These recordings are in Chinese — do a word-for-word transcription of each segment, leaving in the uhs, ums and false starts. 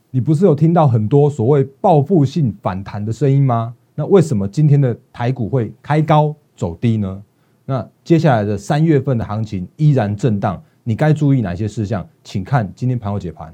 你不是有听到很多所谓报复性反弹的声音吗？那为什么今天的台股会开高走低呢？那接下来的三月份的行情依然震荡，你该注意哪些事项？请看今天盘后解盘。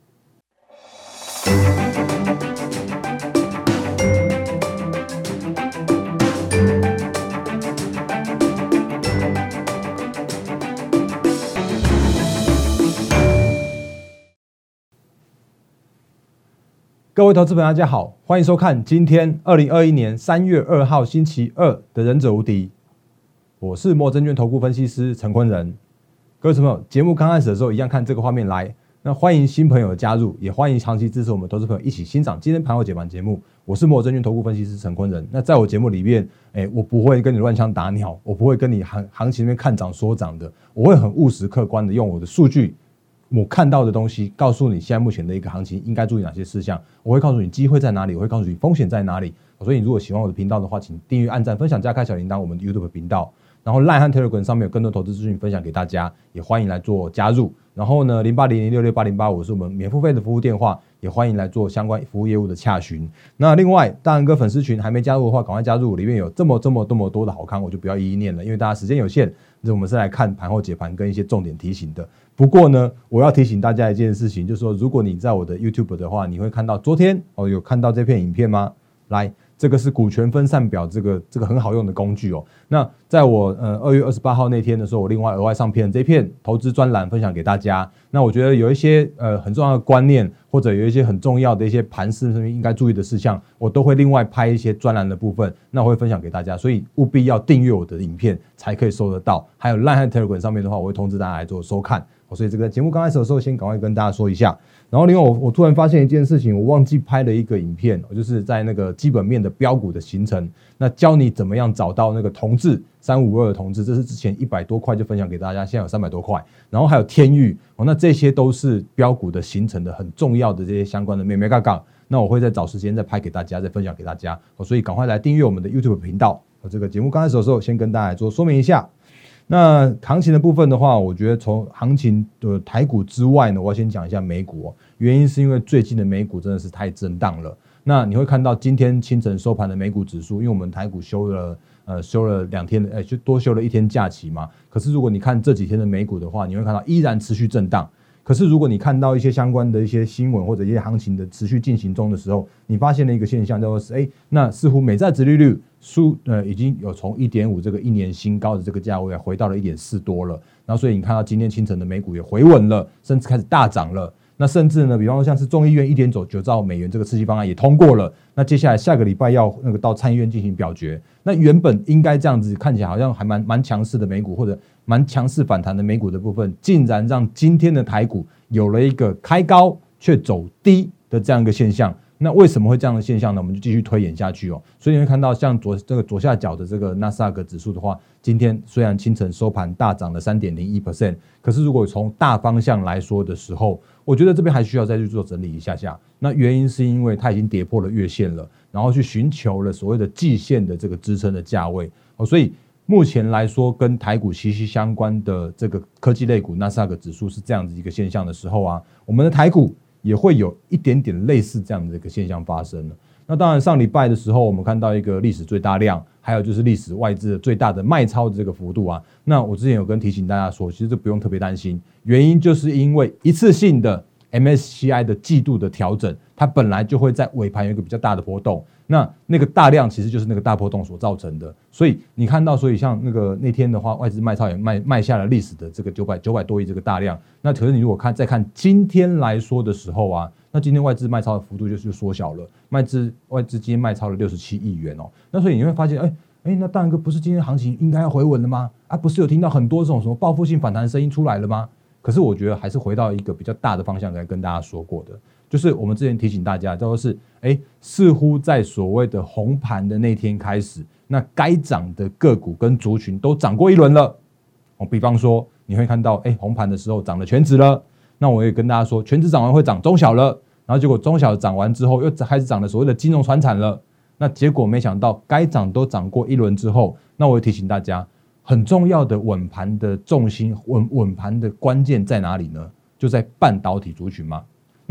各位投资朋友大家好，欢迎收看今天二零二一年三月二号星期二的忍者无敌，我是摩证券投顾分析师陈坤仁。各位朋友，节目刚开始的时候一样看这个画面来，那欢迎新朋友的加入，也欢迎长期支持我们投资朋友一起欣赏今天盘后解盘节目。我是摩证券投顾分析师陈坤仁。那在我节目里面，欸、我不会跟你乱枪打鸟，我不会跟你行行情里面看涨说涨的，我会很务实客观的用我的数据。我看到的东西，告诉你现在目前的一个行情应该注意哪些事项。我会告诉你机会在哪里，我会告诉你风险在哪里。所以，你如果喜欢我的频道的话，请订阅、按赞、分享、加开小铃铛，我们的 YouTube 频道。然后 Line 和 Telegram 上面有更多投资资讯分享给大家，也欢迎来做加入。然后呢，零八零零六六八零八五是我们免付费的服务电话，也欢迎来做相关服务业务的洽询。那另外，大人哥粉丝群还没加入的话，赶快加入，里面有这么这么这么多的好康，我就不要一一念了，因为大家时间有限。我们是来看盘后解盘跟一些重点提醒的。不过呢，我要提醒大家一件事情，就是说，如果你在我的 YouTube 的话，你会看到昨天哦，有看到这片影片吗？来，这个是股权分散表，这个这个很好用的工具哦。那在我呃二月二十八号那天的时候，我另外额外上片这片投资专栏分享给大家。那我觉得有一些呃很重要的观念，或者有一些很重要的一些盘势上面应该注意的事项，我都会另外拍一些专栏的部分，那我会分享给大家。所以务必要订阅我的影片才可以收得到。还有 Line 和 Telegram 上面的话，我会通知大家来做收看。所以这个节目刚开始的时候，先赶快跟大家说一下。然后另外我，我突然发现一件事情，我忘记拍了一个影片，我就是在那个基本面的标股的形成，那教你怎么样找到那个同志三五二的同志，这是之前一百多块就分享给大家，现在有三百多块。然后还有天钰，哦，那这些都是标股的形成的很重要的这些相关的眉眉角角。那我会再找时间再拍给大家，再分享给大家。所以赶快来订阅我们的 YouTube 频道。这个节目刚开始的时候，先跟大家来做说明一下。那行情的部分的话，我觉得从行情的台股之外呢，我要先讲一下美股哦。原因是因为最近的美股真的是太震荡了。那你会看到今天清晨收盘的美股指数，因为我们台股休了呃休了两天，呃就多休了一天假期嘛。可是如果你看这几天的美股的话，你会看到依然持续震荡。可是如果你看到一些相关的一些新闻或者一些行情的持续进行中的时候，你发现了一个现象，叫做是哎，那似乎美债殖利率输呃已经有从 一点五 这个一年新高的这个价位回到了 一点四 多了。然后所以你看到今天清晨的美股也回稳了，甚至开始大涨了。那甚至呢，比方说像是众议院 一点九兆美元这个刺激方案也通过了。那接下来下个礼拜要那个到参议院进行表决。那原本应该这样子看起来好像还蛮蛮强势的美股，或者蛮强势反弹的美股的部分，竟然让今天的台股有了一个开高却走低的这样一个现象。那为什么会这样的现象呢？我们就继续推演下去哦。所以你会看到像左这个左下角的这个纳斯达克指数的话，今天虽然清晨收盘大涨了 百分之三点零一， 可是如果从大方向来说的时候，我觉得这边还需要再去做整理一下下。那原因是因为它已经跌破了月线了，然后去寻求了所谓的季线的这个支撑的价位哦。所以目前来说，跟台股息息相关的这个科技类股纳斯达克指数是这样子一个现象的时候啊，我们的台股也会有一点点类似这样的一个现象发生了。那当然上礼拜的时候，我们看到一个历史最大量，还有就是历史外资的最大的卖超的这个幅度啊。那我之前有跟提醒大家说，其实这不用特别担心，原因就是因为一次性的 M S C I 的季度的调整，它本来就会在尾盘有一个比较大的波动。那那个大量其实就是那个大波动所造成的，所以你看到，所以像那个那天的话，外资卖超也卖卖下了历史的这个九百九百多亿这个大量。那可是你如果看再看今天来说的时候啊，那今天外资卖超的幅度就是缩小了，外资外资今天卖超了六十七亿元哦。那所以你会发现，哎哎，那大仁哥不是今天行情应该要回稳了吗？啊，不是有听到很多这种什么报复性反弹的声音出来了吗？可是我觉得还是回到一个比较大的方向来跟大家说过的。就是我们之前提醒大家，叫做是，哎，似乎在所谓的红盘的那天开始，那该涨的个股跟族群都涨过一轮了。哦，比方说你会看到，哎，红盘的时候涨了全指了，那我也跟大家说，全指涨完会涨中小了，然后结果中小涨完之后，又开始涨了所谓的金融传产了。那结果没想到，该涨都涨过一轮之后，那我也提醒大家，很重要的稳盘的重心，稳稳盘的关键在哪里呢？就在半导体族群嘛。那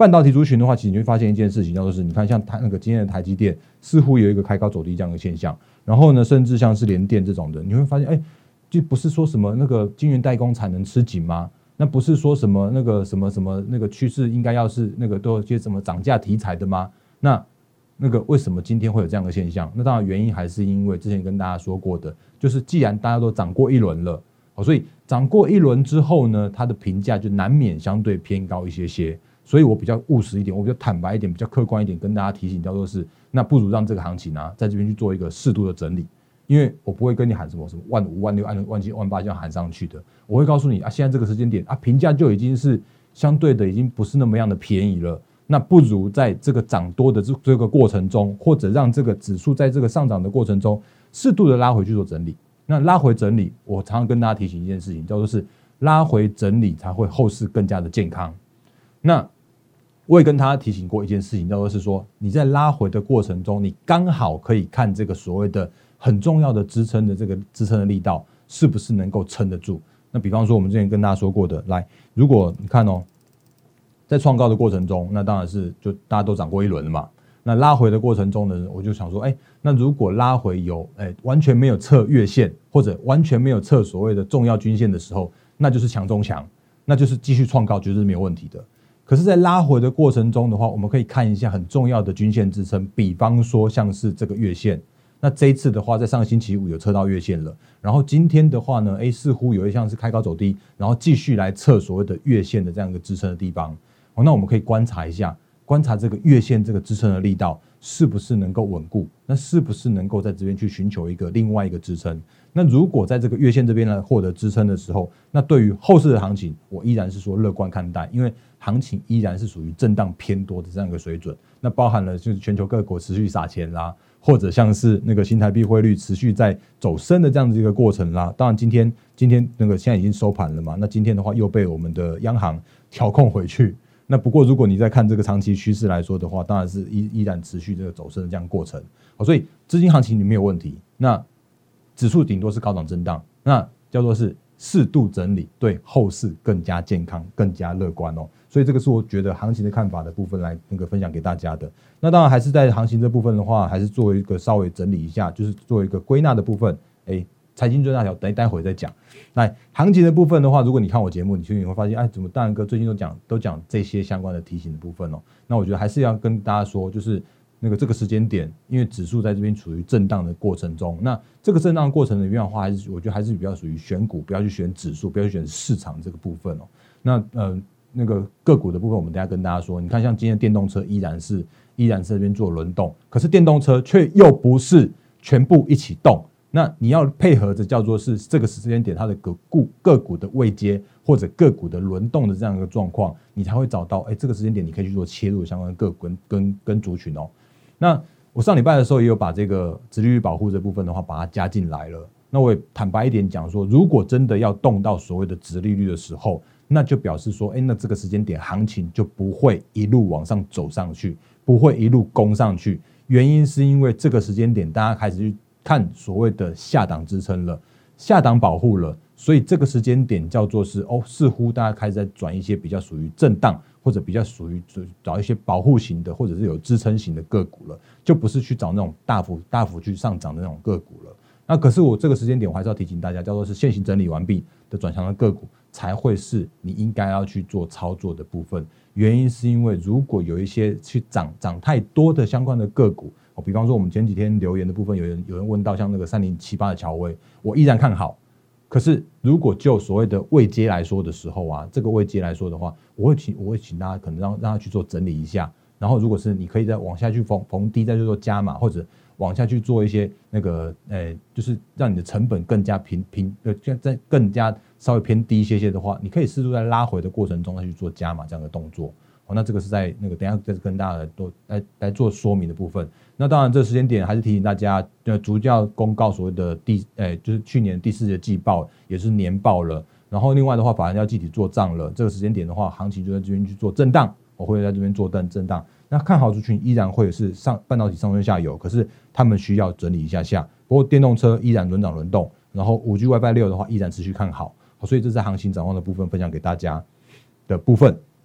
半导体族群的话，其实你会发现一件事情，叫做是，你看像台那个今天的台积电似乎有一个开高走低这样的现象，然后呢，甚至像是联电这种的，你会发现，哎，就不是说什么那个晶圆代工产能吃紧吗？那不是说什么那个什么什么那个趋势应该要是那个都有些什么涨价题材的吗？那那个为什么今天会有这样的现象？那当然原因还是因为之前跟大家说过的，就是既然大家都涨过一轮了，所以涨过一轮之后呢，它的评价就难免相对偏高一些些。所以我比较务实一点，我比较坦白一点，比较客观一点，跟大家提醒叫做是，那不如让这个行情啊，在这边去做一个适度的整理，因为我不会跟你喊什么什么万五、万六、万万七、万八这样喊上去的，我会告诉你啊，现在这个时间点啊，评价就已经是相对的已经不是那么样的便宜了，那不如在这个涨多的这个过程中，或者让这个指数在这个上涨的过程中，适度的拉回去做整理。那拉回整理，我常常跟大家提醒一件事情，叫做是拉回整理才会后市更加的健康。那我也跟他提醒过一件事情，叫做是说，你在拉回的过程中，你刚好可以看这个所谓的很重要的支撑的这个支撑的力道是不是能够撑得住。那比方说我们之前跟大家说过的，来，如果你看哦，在创高的过程中，那当然是就大家都涨过一轮了嘛。那拉回的过程中呢，我就想说，哎，那如果拉回有哎完全没有测月线，或者完全没有测所谓的重要均线的时候，那就是强中强，那就是继续创高，绝对是没有问题的。可是，在拉回的过程中的话，我们可以看一下很重要的均线支撑，比方说像是这个月线。那这一次的话，在上个星期五有测到月线了，然后今天的话呢，哎，似乎有一项是开高走低，然后继续来测所谓的月线的这样一个支撑的地方。哦，那我们可以观察一下，观察这个月线这个支撑的力道是不是能够稳固，那是不是能够在这边去寻求一个另外一个支撑。那如果在这个月线这边来获得支撑的时候，那对于后市的行情，我依然是说乐观看待，因为行情依然是属于震荡偏多的这样一个水准。那包含了就是全球各国持续撒钱啦，或者像是那个新台币汇率持续在走升的这样子一个过程啦。当然今天今天那个现在已经收盘了嘛，那今天的话又被我们的央行调控回去。那不过如果你在看这个长期趋势来说的话，当然是依依然持续这个走升的这样过程。好，所以资金行情里没有问题。那指数顶多是高档震荡，那叫做是适度整理，对后市更加健康、更加乐观哦。所以这个是我觉得行情的看法的部分来那个分享给大家的。那当然还是在行情这部分的话，还是做一个稍微整理一下，就是做一个归纳的部分。哎，财经最大条，等待会再讲。那行情的部分的话，如果你看我节目，你你会发现，哎，怎么大仁哥最近都讲都讲这些相关的提醒的部分哦。那我觉得还是要跟大家说，就是那个这个时间点，因为指数在这边处于震荡的过程中，那这个震荡过程里面的话，还是我觉得还是比较属于选股，不要去选指数，不要去选市场这个部分哦。那呃那个个股的部分，我们等一下跟大家说。你看，像今天电动车依然是依然是这边做轮动，可是电动车却又不是全部一起动。那你要配合着叫做是这个时间点它的个股个股的位阶或者个股的轮动的这样一个状况，你才会找到哎这个时间点你可以去做切入相关的个股跟跟跟族群哦。那我上礼拜的时候也有把这个殖利率保护这部分的话把它加进来了。那我也坦白一点讲说，如果真的要动到所谓的殖利率的时候，那就表示说，哎，那这个时间点行情就不会一路往上走上去，不会一路攻上去。原因是因为这个时间点大家开始去看所谓的下档支撑了，下档保护了，所以这个时间点叫做是哦，似乎大家开始在转一些比较属于震荡或者比较属于找一些保护型的或者是有支撑型的个股了，就不是去找那种大幅大幅去上涨的那种个股了。那可是我这个时间点我还是要提醒大家，叫做是现行整理完毕的转强的个股才会是你应该要去做操作的部分。原因是因为如果有一些去涨涨太多的相关的个股，哦，比方说我们前几天留言的部分，有人有人问到像那个三零七八的乔威，我依然看好。可是如果就所谓的位阶来说的时候啊，这个位阶来说的话，我会请我会请大家可能让让他去做整理一下，然后如果是你可以再往下去逢逢低再去做加码，或者往下去做一些那个呃，就是让你的成本更加平平呃，再更加稍微偏低一些些的话，你可以适度在拉回的过程中再去做加码这样的动作。哦，那这个是在那个等一下再跟大家来多来来做说明的部分。那当然，这个时间点还是提醒大家，呃，逐渐公告所谓的第，诶，就是去年第四季的季报，也是年报了。然后另外的话，法人要集体做账了。这个时间点的话，行情就在这边去做震荡，我会在这边做震震荡。那看好族群依然会是上半导体上中下游，可是他们需要整理一下下。不过电动车依然轮涨轮动，然后五 G WiFi 六的话依然持续看好，所以这是行情展望的部分分享给大家的部分。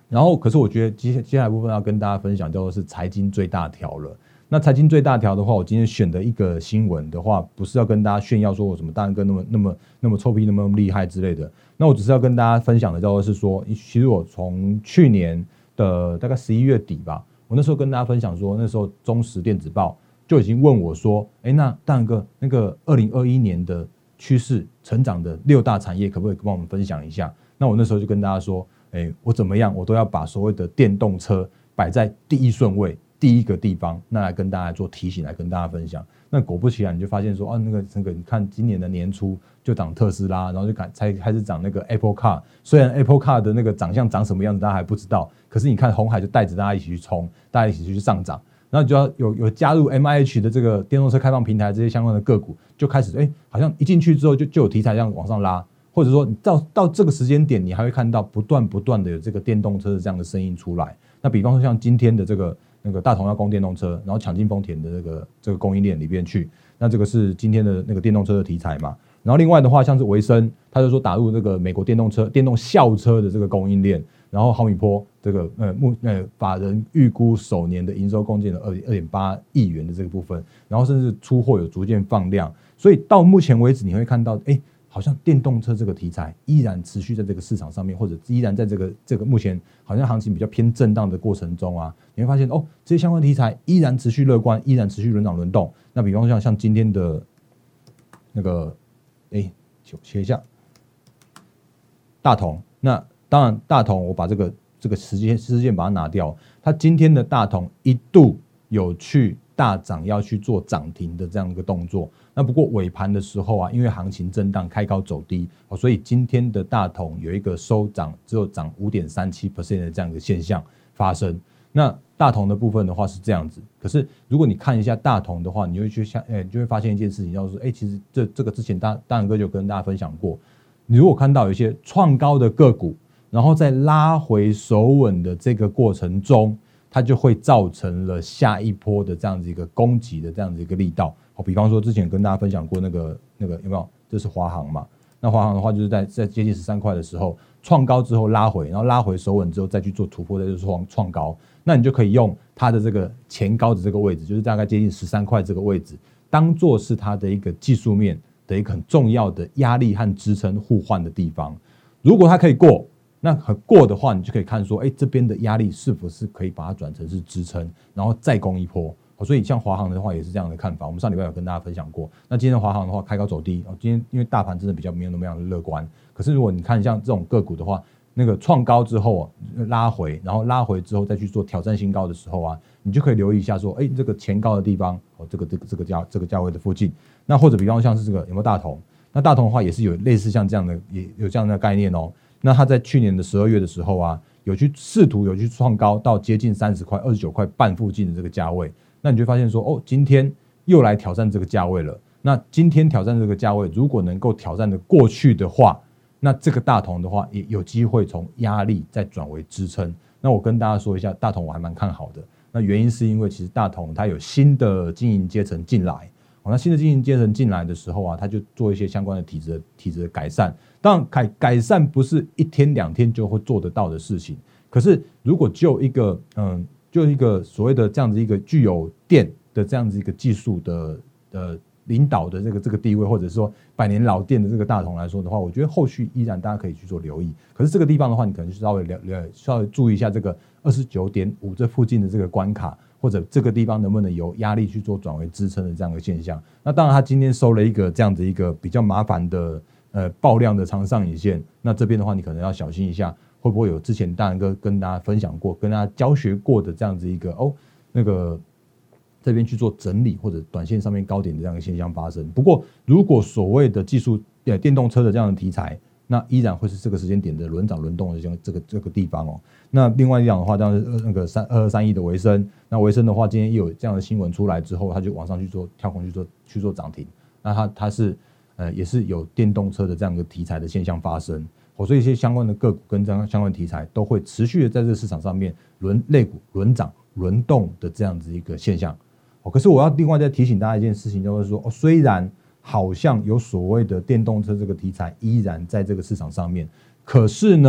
然后，可是我觉得接接下来部分要跟大家分享，叫做是财经最大条了。那财经最大条的话，我今天选的一个新闻的话，不是要跟大家炫耀说我什么大人哥那么那么那么臭屁那么厉害之类的。那我只是要跟大家分享的，叫做是说，其实我从去年的大概十一月底吧，我那时候跟大家分享说，那时候中时电子报就已经问我说，哎，那大人哥那个二零二一年的趋势成长的六大产业，可不可以帮我们分享一下？那我那时候就跟大家说，哎，我怎么样，我都要把所谓的电动车摆在第一顺位。第一个地方，那来跟大家做提醒，来跟大家分享。那果不其然，你就发现说，啊，那个那个，你看今年的年初就涨特斯拉，然后就才开始涨那个 Apple Car。虽然 Apple Car 的那个长相长什么样子，大家还不知道，可是你看鸿海就带着大家一起去冲，大家一起去上涨。然后你就要有有加入 M I H 的这个电动车开放平台这些相关的个股，就开始哎，好像一进去之后就就有题材这样往上拉，或者说你到到这个时间点，你还会看到不断不断的有这个电动车的这样的声音出来。那比方说像今天的这个。那个大同要供电动车，然后抢进丰田的这个这个供应链里边去，那这个是今天的那个电动车的题材嘛。然后另外的话，像是维生，他就说打入这个美国电动车、电动校车的这个供应链。然后毫米波这个呃目呃法人预估首年的营收贡献了二二点八亿元的这个部分，然后甚至出货有逐渐放量，所以到目前为止你会看到，哎。好像电动车这个题材依然持续在这个市场上面，或者依然在这个这个目前好像行情比较偏震荡的过程中啊，你会发现哦，这些相关题材依然持续乐观，依然持续轮涨轮动。那比方像像今天的那个，哎，切一下大同，那当然大同我把这个这个时间事件把它拿掉，它今天的大同一度有去大涨要去做涨停的这样一个动作。那不过尾盘的时候啊，因为行情震荡开高走低，所以今天的大同有一个收涨只有涨 百分之五点三七 的这样一个现象发生。那大同的部分的话是这样子，可是如果你看一下大同的话，你会去想，哎，你就会发现一件事情，叫做哎，其实这这个之前大大仁哥就跟大家分享过，你如果看到有一些创高的个股，然后在拉回守稳的这个过程中，它就会造成了下一波的这样子一个攻击的这样子一个力道。好，比方说之前跟大家分享过那个那个有没有？这是华航嘛？那华航的话就是在在接近十三块的时候创高之后拉回，然后拉回守稳之后再去做突破，再去创创高。那你就可以用它的这个前高的这个位置，就是大概接近十三块这个位置，当做是它的一个技术面的一个很重要的压力和支撑互换的地方。如果它可以过，那过的话，你就可以看说，哎，这边的压力是否是可以把它转成是支撑，然后再攻一波。所以像华航的话也是这样的看法，我们上礼拜有跟大家分享过。那今天的华航的话开高走低，今天因为大盘真的比较没有那么样的乐观，可是如果你看像这种个股的话，那个创高之后拉回，然后拉回之后再去做挑战新高的时候啊，你就可以留意一下说，哎，这个前高的地方，哦，这个这个这个价这个价位的附近，那或者比方像是这个有没有大同？那大同的话也是有类似像这样的，也有这样的概念哦。那它在去年的十二月的时候啊，有去试图有去创高到接近三十块、二十九块半附近的这个价位。那你就发现说，哦，今天又来挑战这个价位了。那今天挑战这个价位，如果能够挑战的过去的话，那这个大同的话，也有机会从压力再转为支撑。那我跟大家说一下，大同我还蛮看好的。那原因是因为其实大同它有新的经营阶层进来，那新的经营阶层进来的时候啊，它就做一些相关的体质的体质的改善。当然改改善不是一天两天就会做得到的事情，可是如果就一个嗯。就一个所谓的这样子一个具有电的这样子一个技术的的领导的这个这个地位，或者说百年老店的这个大同来说的话，我觉得后续依然大家可以去做留意。可是这个地方的话，你可能稍微了了稍微注意一下这个二十九点五这附近的这个关卡，或者这个地方能不能有压力去做转为支撑的这样的现象。那当然，他今天收了一个这样子一个比较麻烦的呃爆量的长上影线，那这边的话你可能要小心一下。会不会有之前大仁哥跟大家分享过、跟大家教学过的这样子一个哦，那个这边去做整理或者短线上面高点的这样一个现象发生？不过，如果所谓的技术呃电动车的这样的题材，那依然会是这个时间点的轮涨轮动的这个这个地方哦。那另外一样的话，当然是那个三二二三亿的维生，那维生的话，今天又有这样的新闻出来之后，它就往上去做跳空去做去做涨停。那它它是呃也是有电动车的这样一个题材的现象发生。所以一些相关的个股跟这样相关的题材都会持续的在这个市场上面轮类股轮涨轮动的这样子一个现象。可是我要另外再提醒大家一件事情，就是说，虽然好像有所谓的电动车这个题材依然在这个市场上面，可是呢，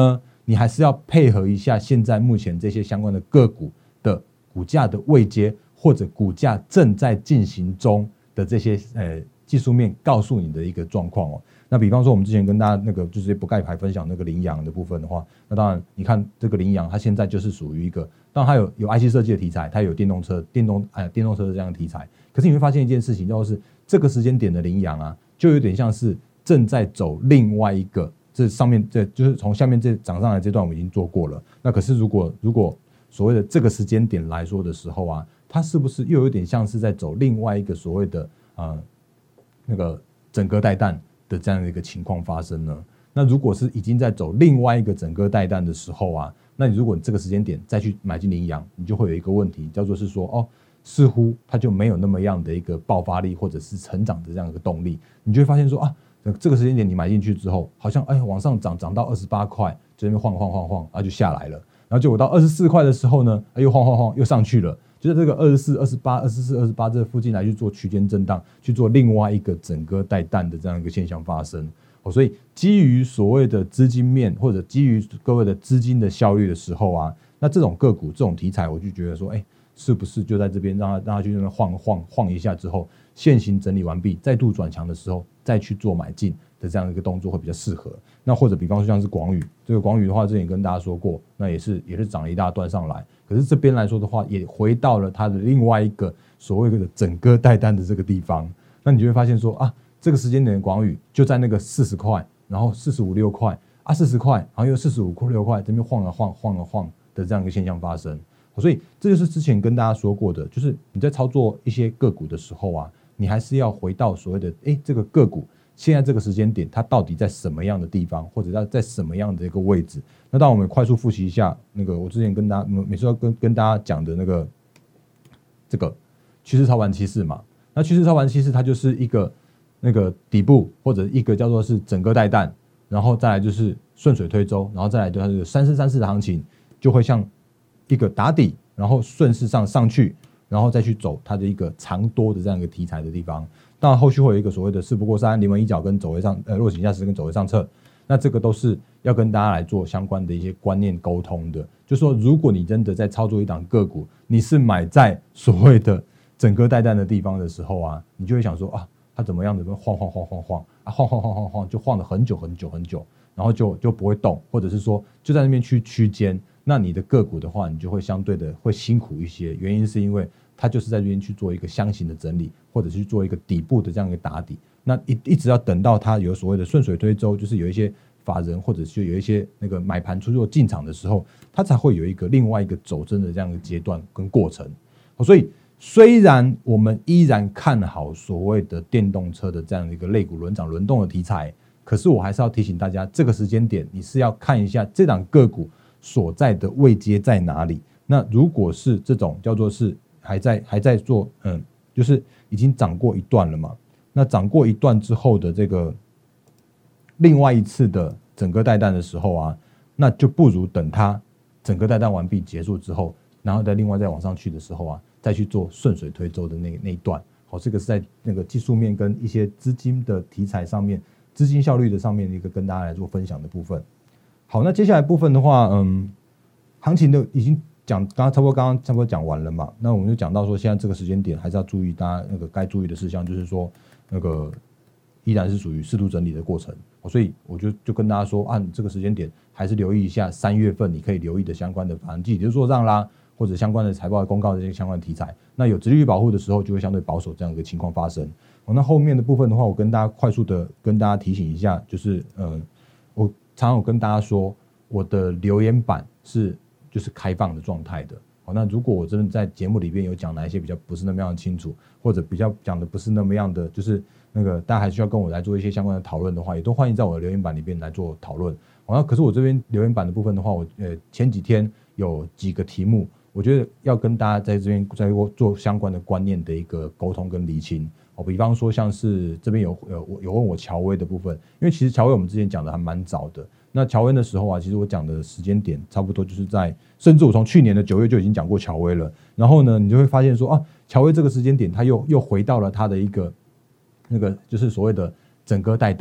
你还是要配合一下现在目前这些相关的个股的股价的位阶，或者股价正在进行中的这些呃技术面告诉你的一个状况哦。那比方说我们之前跟大家那个就是不盖牌分享那个羚羊的部分的话，那当然你看这个羚羊它现在就是属于一个，当然它有有 I C 设计的题材，它有电动车电动哎电动车的这样的题材，可是你会发现一件事情，就是这个时间点的羚羊啊，就有点像是正在走另外一个，这上面这就是从下面这涨上来这段我们已经做过了，那可是如果如果所谓的这个时间点来说的时候啊，它是不是又有点像是在走另外一个所谓的呃那个整个带弹的这样的一个情况发生呢？那如果是已经在走另外一个整个带弹的时候啊，那你如果你这个时间点再去买进羚羊，你就会有一个问题，叫做是说哦，似乎它就没有那么样的一个爆发力或者是成长的这样一个动力，你就会发现说啊，这个时间点你买进去之后，好像哎往上涨涨到二十八块，就那边晃晃晃晃，然后就下来了，然后结果到二十四块的时候呢，哎又晃晃晃又上去了。就在这个二十四、二十八、二十四、二十八这附近来去做区间震荡，去做另外一个整个带弹的这样一个现象发生。哦，所以基于所谓的资金面或者基于各位的资金的效率的时候啊，那这种个股这种题材，我就觉得说，哎，是不是就在这边让它让它去那边晃晃晃一下之后，现行整理完毕，再度转强的时候，再去做买进的这样一个动作会比较适合。那或者比方说像是广宇，这个广宇的话，之前也跟大家说过，那也是也是涨了一大段上来。可是这边来说的话，也回到了它的另外一个所谓的整个带单的这个地方，那你就会发现说啊，这个时间点的广宇就在那个四十块，然后四十五六块啊，四十块，然后又四十五六块，这边晃了晃，晃了晃的这样一个现象发生。所以这就是之前跟大家说过的，就是你在操作一些个股的时候啊，你还是要回到所谓的，哎，这个个股现在这个时间点，它到底在什么样的地方，或者在在什么样的一个位置？那当我们快速复习一下，那个我之前跟大家每次要跟跟大家讲的那个这个趋势操盘趋势嘛，那趋势操盘趋势它就是一个那个底部或者一个叫做是整个带弹，然后再来就是顺水推舟，然后再来就是三四三四的行情，就会像一个打底，然后顺势上上去，然后再去走它的一个长多的这样一个题材的地方。当然后续会有一个所谓的事不过三，临门一脚跟走为上呃落井下石跟走为上策，那这个都是要跟大家来做相关的一些观念沟通的。就是说，如果你真的在操作一档个股，你是买在所谓的整个带弹的地方的时候啊，你就会想说啊，它怎么样子晃晃晃晃晃啊，晃晃晃晃晃就晃了很久很久很久，然后就就不会动，或者是说就在那边去区间，那你的个股的话，你就会相对的会辛苦一些。原因是因为它就是在这边去做一个箱型的整理，或者去做一个底部的这样一个打底。那一一直要等到它有所谓的顺水推舟，就是有一些法人或者是有一些那个买盘出做进场的时候，它才会有一个另外一个走真的这样的阶段跟过程。所以虽然我们依然看好所谓的电动车的这样的一个类股轮涨轮动的题材，可是我还是要提醒大家，这个时间点你是要看一下这档个股所在的位阶在哪里。那如果是这种叫做是还在还在做，嗯，就是已经涨过一段了嘛，那涨过一段之后的这个另外一次的整个带弹的时候啊，那就不如等它整个带弹完毕结束之后，然后再另外再往上去的时候啊，再去做顺水推舟的那那一段。好，这个是在那个技术面跟一些资金的题材上面，资金效率的上面一个跟大家来做分享的部分。好，那接下来部分的话，嗯，行情的已经讲，刚刚差不多刚刚差不多讲完了嘛，那我们就讲到说，现在这个时间点还是要注意大家那个该注意的事项，就是说那个依然是属于适度整理的过程，所以我就就跟大家说，按这个时间点还是留意一下三月份你可以留意的相关的法人季底做账啦，或者相关的财报公告的这些相关的题材。那有殖利率保护的时候，就会相对保守这样一个情况发生。那后面的部分的话，我跟大家快速的跟大家提醒一下，就是呃，我常常有跟大家说，我的留言板是就是开放的状态的。好，那如果我真的在节目里面有讲哪一些比较不是那么样的清楚，或者比较讲的不是那么样的，就是那个大家还需要跟我来做一些相关的讨论的话，也都欢迎在我的留言板里面来做讨论。好，那可是我这边留言板的部分的话，我呃前几天有几个题目，我觉得要跟大家在这边在做相关的观念的一个沟通跟厘清。哦，比方说像是这边有有有问我乔威的部分，因为其实乔威我们之前讲的还蛮早的。那乔威的时候啊，其实我讲的时间点差不多就是在，甚至我从去年的九月就已经讲过乔威了。然后呢，你就会发现说啊，乔威这个时间点，它又又回到了它的一个那个就是所谓的整个带弹，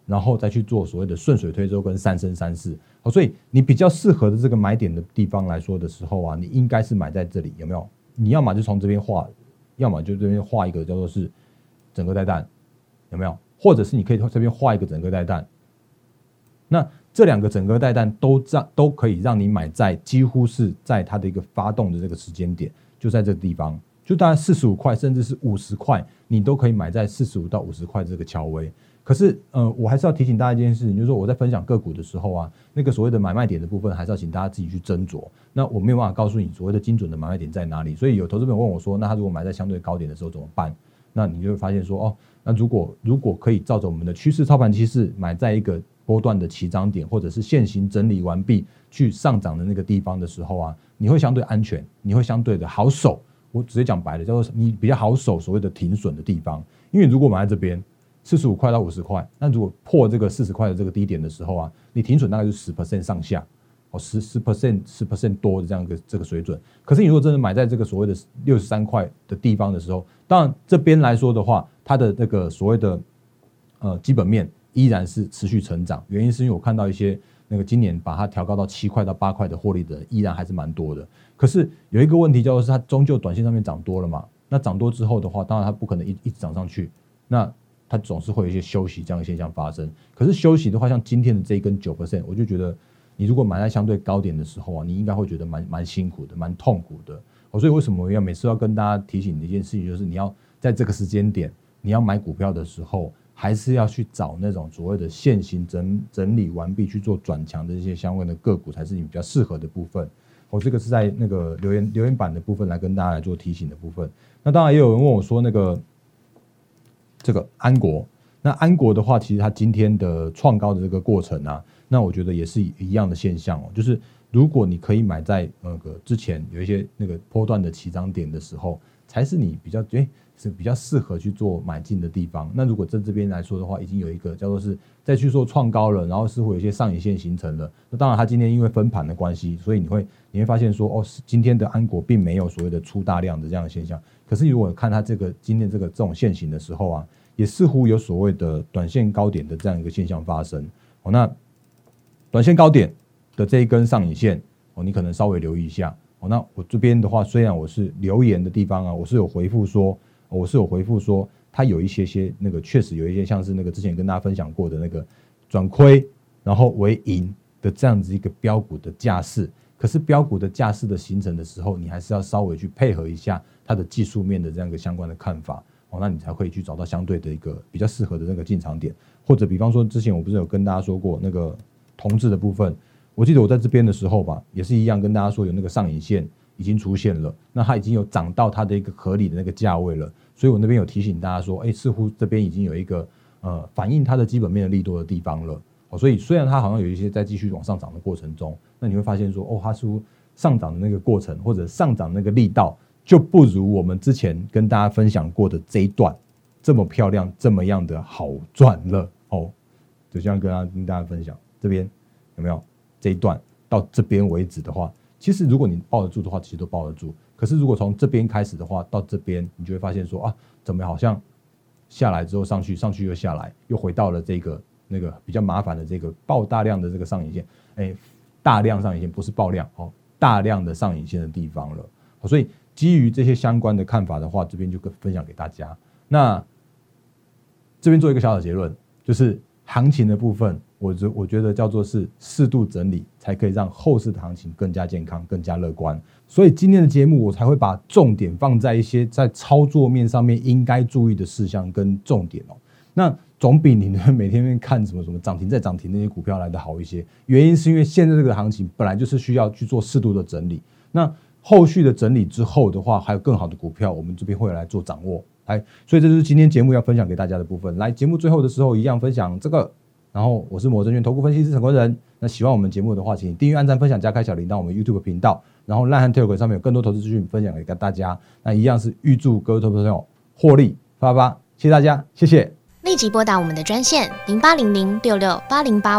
然后再去做所谓的顺水推舟跟三生三世。好，所以你比较适合的这个买点的地方来说的时候啊，你应该是买在这里，有没有？你要么就从这边画，要么就这边画一个叫做是整个带弹，有没有？或者是你可以这边画一个整个带弹，那这两个整个带弹都让都可以让你买在几乎是在它的一个发动的这个时间点，就在这个地方，就大概四十五块甚至是五十块，你都可以买在四十五到五十块这个桥位。可是，呃，我还是要提醒大家一件事情，就是说我在分享个股的时候啊，那个所谓的买卖点的部分，还是要请大家自己去斟酌。那我没有办法告诉你所谓的精准的买卖点在哪里，所以有投资朋友问我说，那他如果买在相对高点的时候怎么办？那你就会发现说，哦，那如果如果可以照着我们的趋势操盘趋势，买在一个波段的起涨点，或者是现行整理完毕去上涨的那个地方的时候啊，你会相对安全，你会相对的好守。我直接讲白了，叫做你比较好守所谓的停损的地方，因为如果买在这边。四十五块到五十块，那如果破这个四十块的这个低点的时候啊，你停损大概是 百分之十 上下，哦，十 百分之十 十 多的这样一个这个水准。可是你如果真的买在这个所谓的六十三块的地方的时候，当然这边来说的话，它的这个所谓的呃基本面依然是持续成长，原因是因为我看到一些那个今年把它调高到七块到八块的获利的人依然还是蛮多的。可是有一个问题叫做是它终究短线上面涨多了嘛，那涨多之后的话，当然它不可能一一直涨上去，那它总是会有一些休息这样的现象发生。可是休息的话，像今天的这一根 百分之九， 我就觉得你如果买在相对高点的时候啊，你应该会觉得蛮蛮辛苦的，蛮痛苦的。所以为什么我要每次要跟大家提醒的一件事情，就是你要在这个时间点，你要买股票的时候，还是要去找那种所谓的现行整整理完毕去做转强的这些相关的个股，才是你比较适合的部分。我这个是在那个留言留言板的部分来跟大家来做提醒的部分。那当然也有人问我说那个。这个安国，那安国的话，其实它今天的创高的这个过程啊，那我觉得也是一样的现象哦。就是如果你可以买在那个之前有一些那个波段的起涨点的时候，才是你比较诶是比较适合去做买进的地方。那如果在这边来说的话，已经有一个叫做是再去做创高了，然后是会有一些上影线形成了。那当然，它今天因为分盘的关系，所以你会你会发现说，哦，今天的安国并没有所谓的出大量的这样的现象。可是如果看它这个今天这个这种现形的时候啊，也似乎有所谓的短线高点的这样一个现象发生。哦，那短线高点的这一根上影线，哦，你可能稍微留意一下。哦，那我这边的话，虽然我是留言的地方啊，我是有回复说，哦、我是有回复说，它有一些些那个确实有一些像是那个之前跟大家分享过的那个转亏然后为盈的这样子一个标股的架势。可是标股的架势的形成的时候，你还是要稍微去配合一下它的技术面的这样一个相关的看法。哦，那你才可以去找到相对的一个比较适合的那个进场点，或者比方说之前我不是有跟大家说过那个同志的部分，我记得我在这边的时候吧，也是一样跟大家说有那个上影线已经出现了，那它已经有涨到它的一个合理的那个价位了，所以我那边有提醒大家说，哎，似乎这边已经有一个呃反映它的基本面的利多的地方了。哦，所以虽然它好像有一些在继续往上涨的过程中，那你会发现说，哦，它似乎上涨的那个过程或者上涨的那个力道。就不如我们之前跟大家分享过的这一段这么漂亮，这么样的好赚了哦。就这样跟大家跟大家分享，这边有没有这一段到这边为止的话，其实如果你抱得住的话，其实都抱得住。可是如果从这边开始的话，到这边你就会发现说啊，怎么好像下来之后上去，上去又下来，又回到了这个那个比较麻烦的这个爆大量的这个上影线，哎，大量上影线不是爆量哦，大量的上影线的地方了。所以基于这些相关的看法的话，这边就分享给大家。那这边做一个小小结论，就是行情的部分，我觉我觉得叫做是适度整理，才可以让后市的行情更加健康、更加乐观。所以今天的节目，我才会把重点放在一些在操作面上面应该注意的事项跟重点哦。那总比你每天看什么什么涨停再涨停那些股票来的好一些。原因是因为现在这个行情本来就是需要去做适度的整理。那后续的整理之后的话，还有更好的股票，我们这边会来做掌握。来，所以这就是今天节目要分享给大家的部分。来，节目最后的时候一样分享这个。然后我是摩证券投顾分析师陈坤仁。那喜欢我们节目的话，请订阅、按赞、分享、加开小铃铛，我们 YouTube 频道。然后 LINE 和 Telegram 上面有更多投资资讯分享给大家。那一样是预祝各位投资朋友获利发发，谢谢大家，谢谢。 立即拨打我们的专线零八零零六六八零八五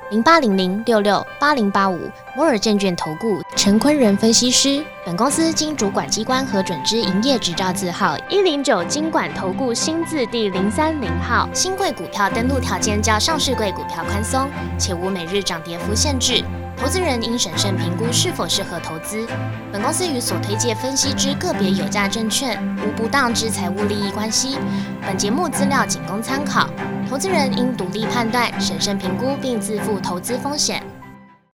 零八零零六六八零八五。摩尔证券投顾陈坤仁分析师。本公司经主管机关核准之营业执照字号一零九金管投顾新字第零三零号。新贵股票登录条件较上市贵股票宽松，且无每日涨跌幅限制。投资人应审慎评估是否适合投资。本公司与所推介分析之个别有价证券无不当之财务利益关系。本节目资料仅供参考，投资人应独立判断、审慎评估并自负投资风险。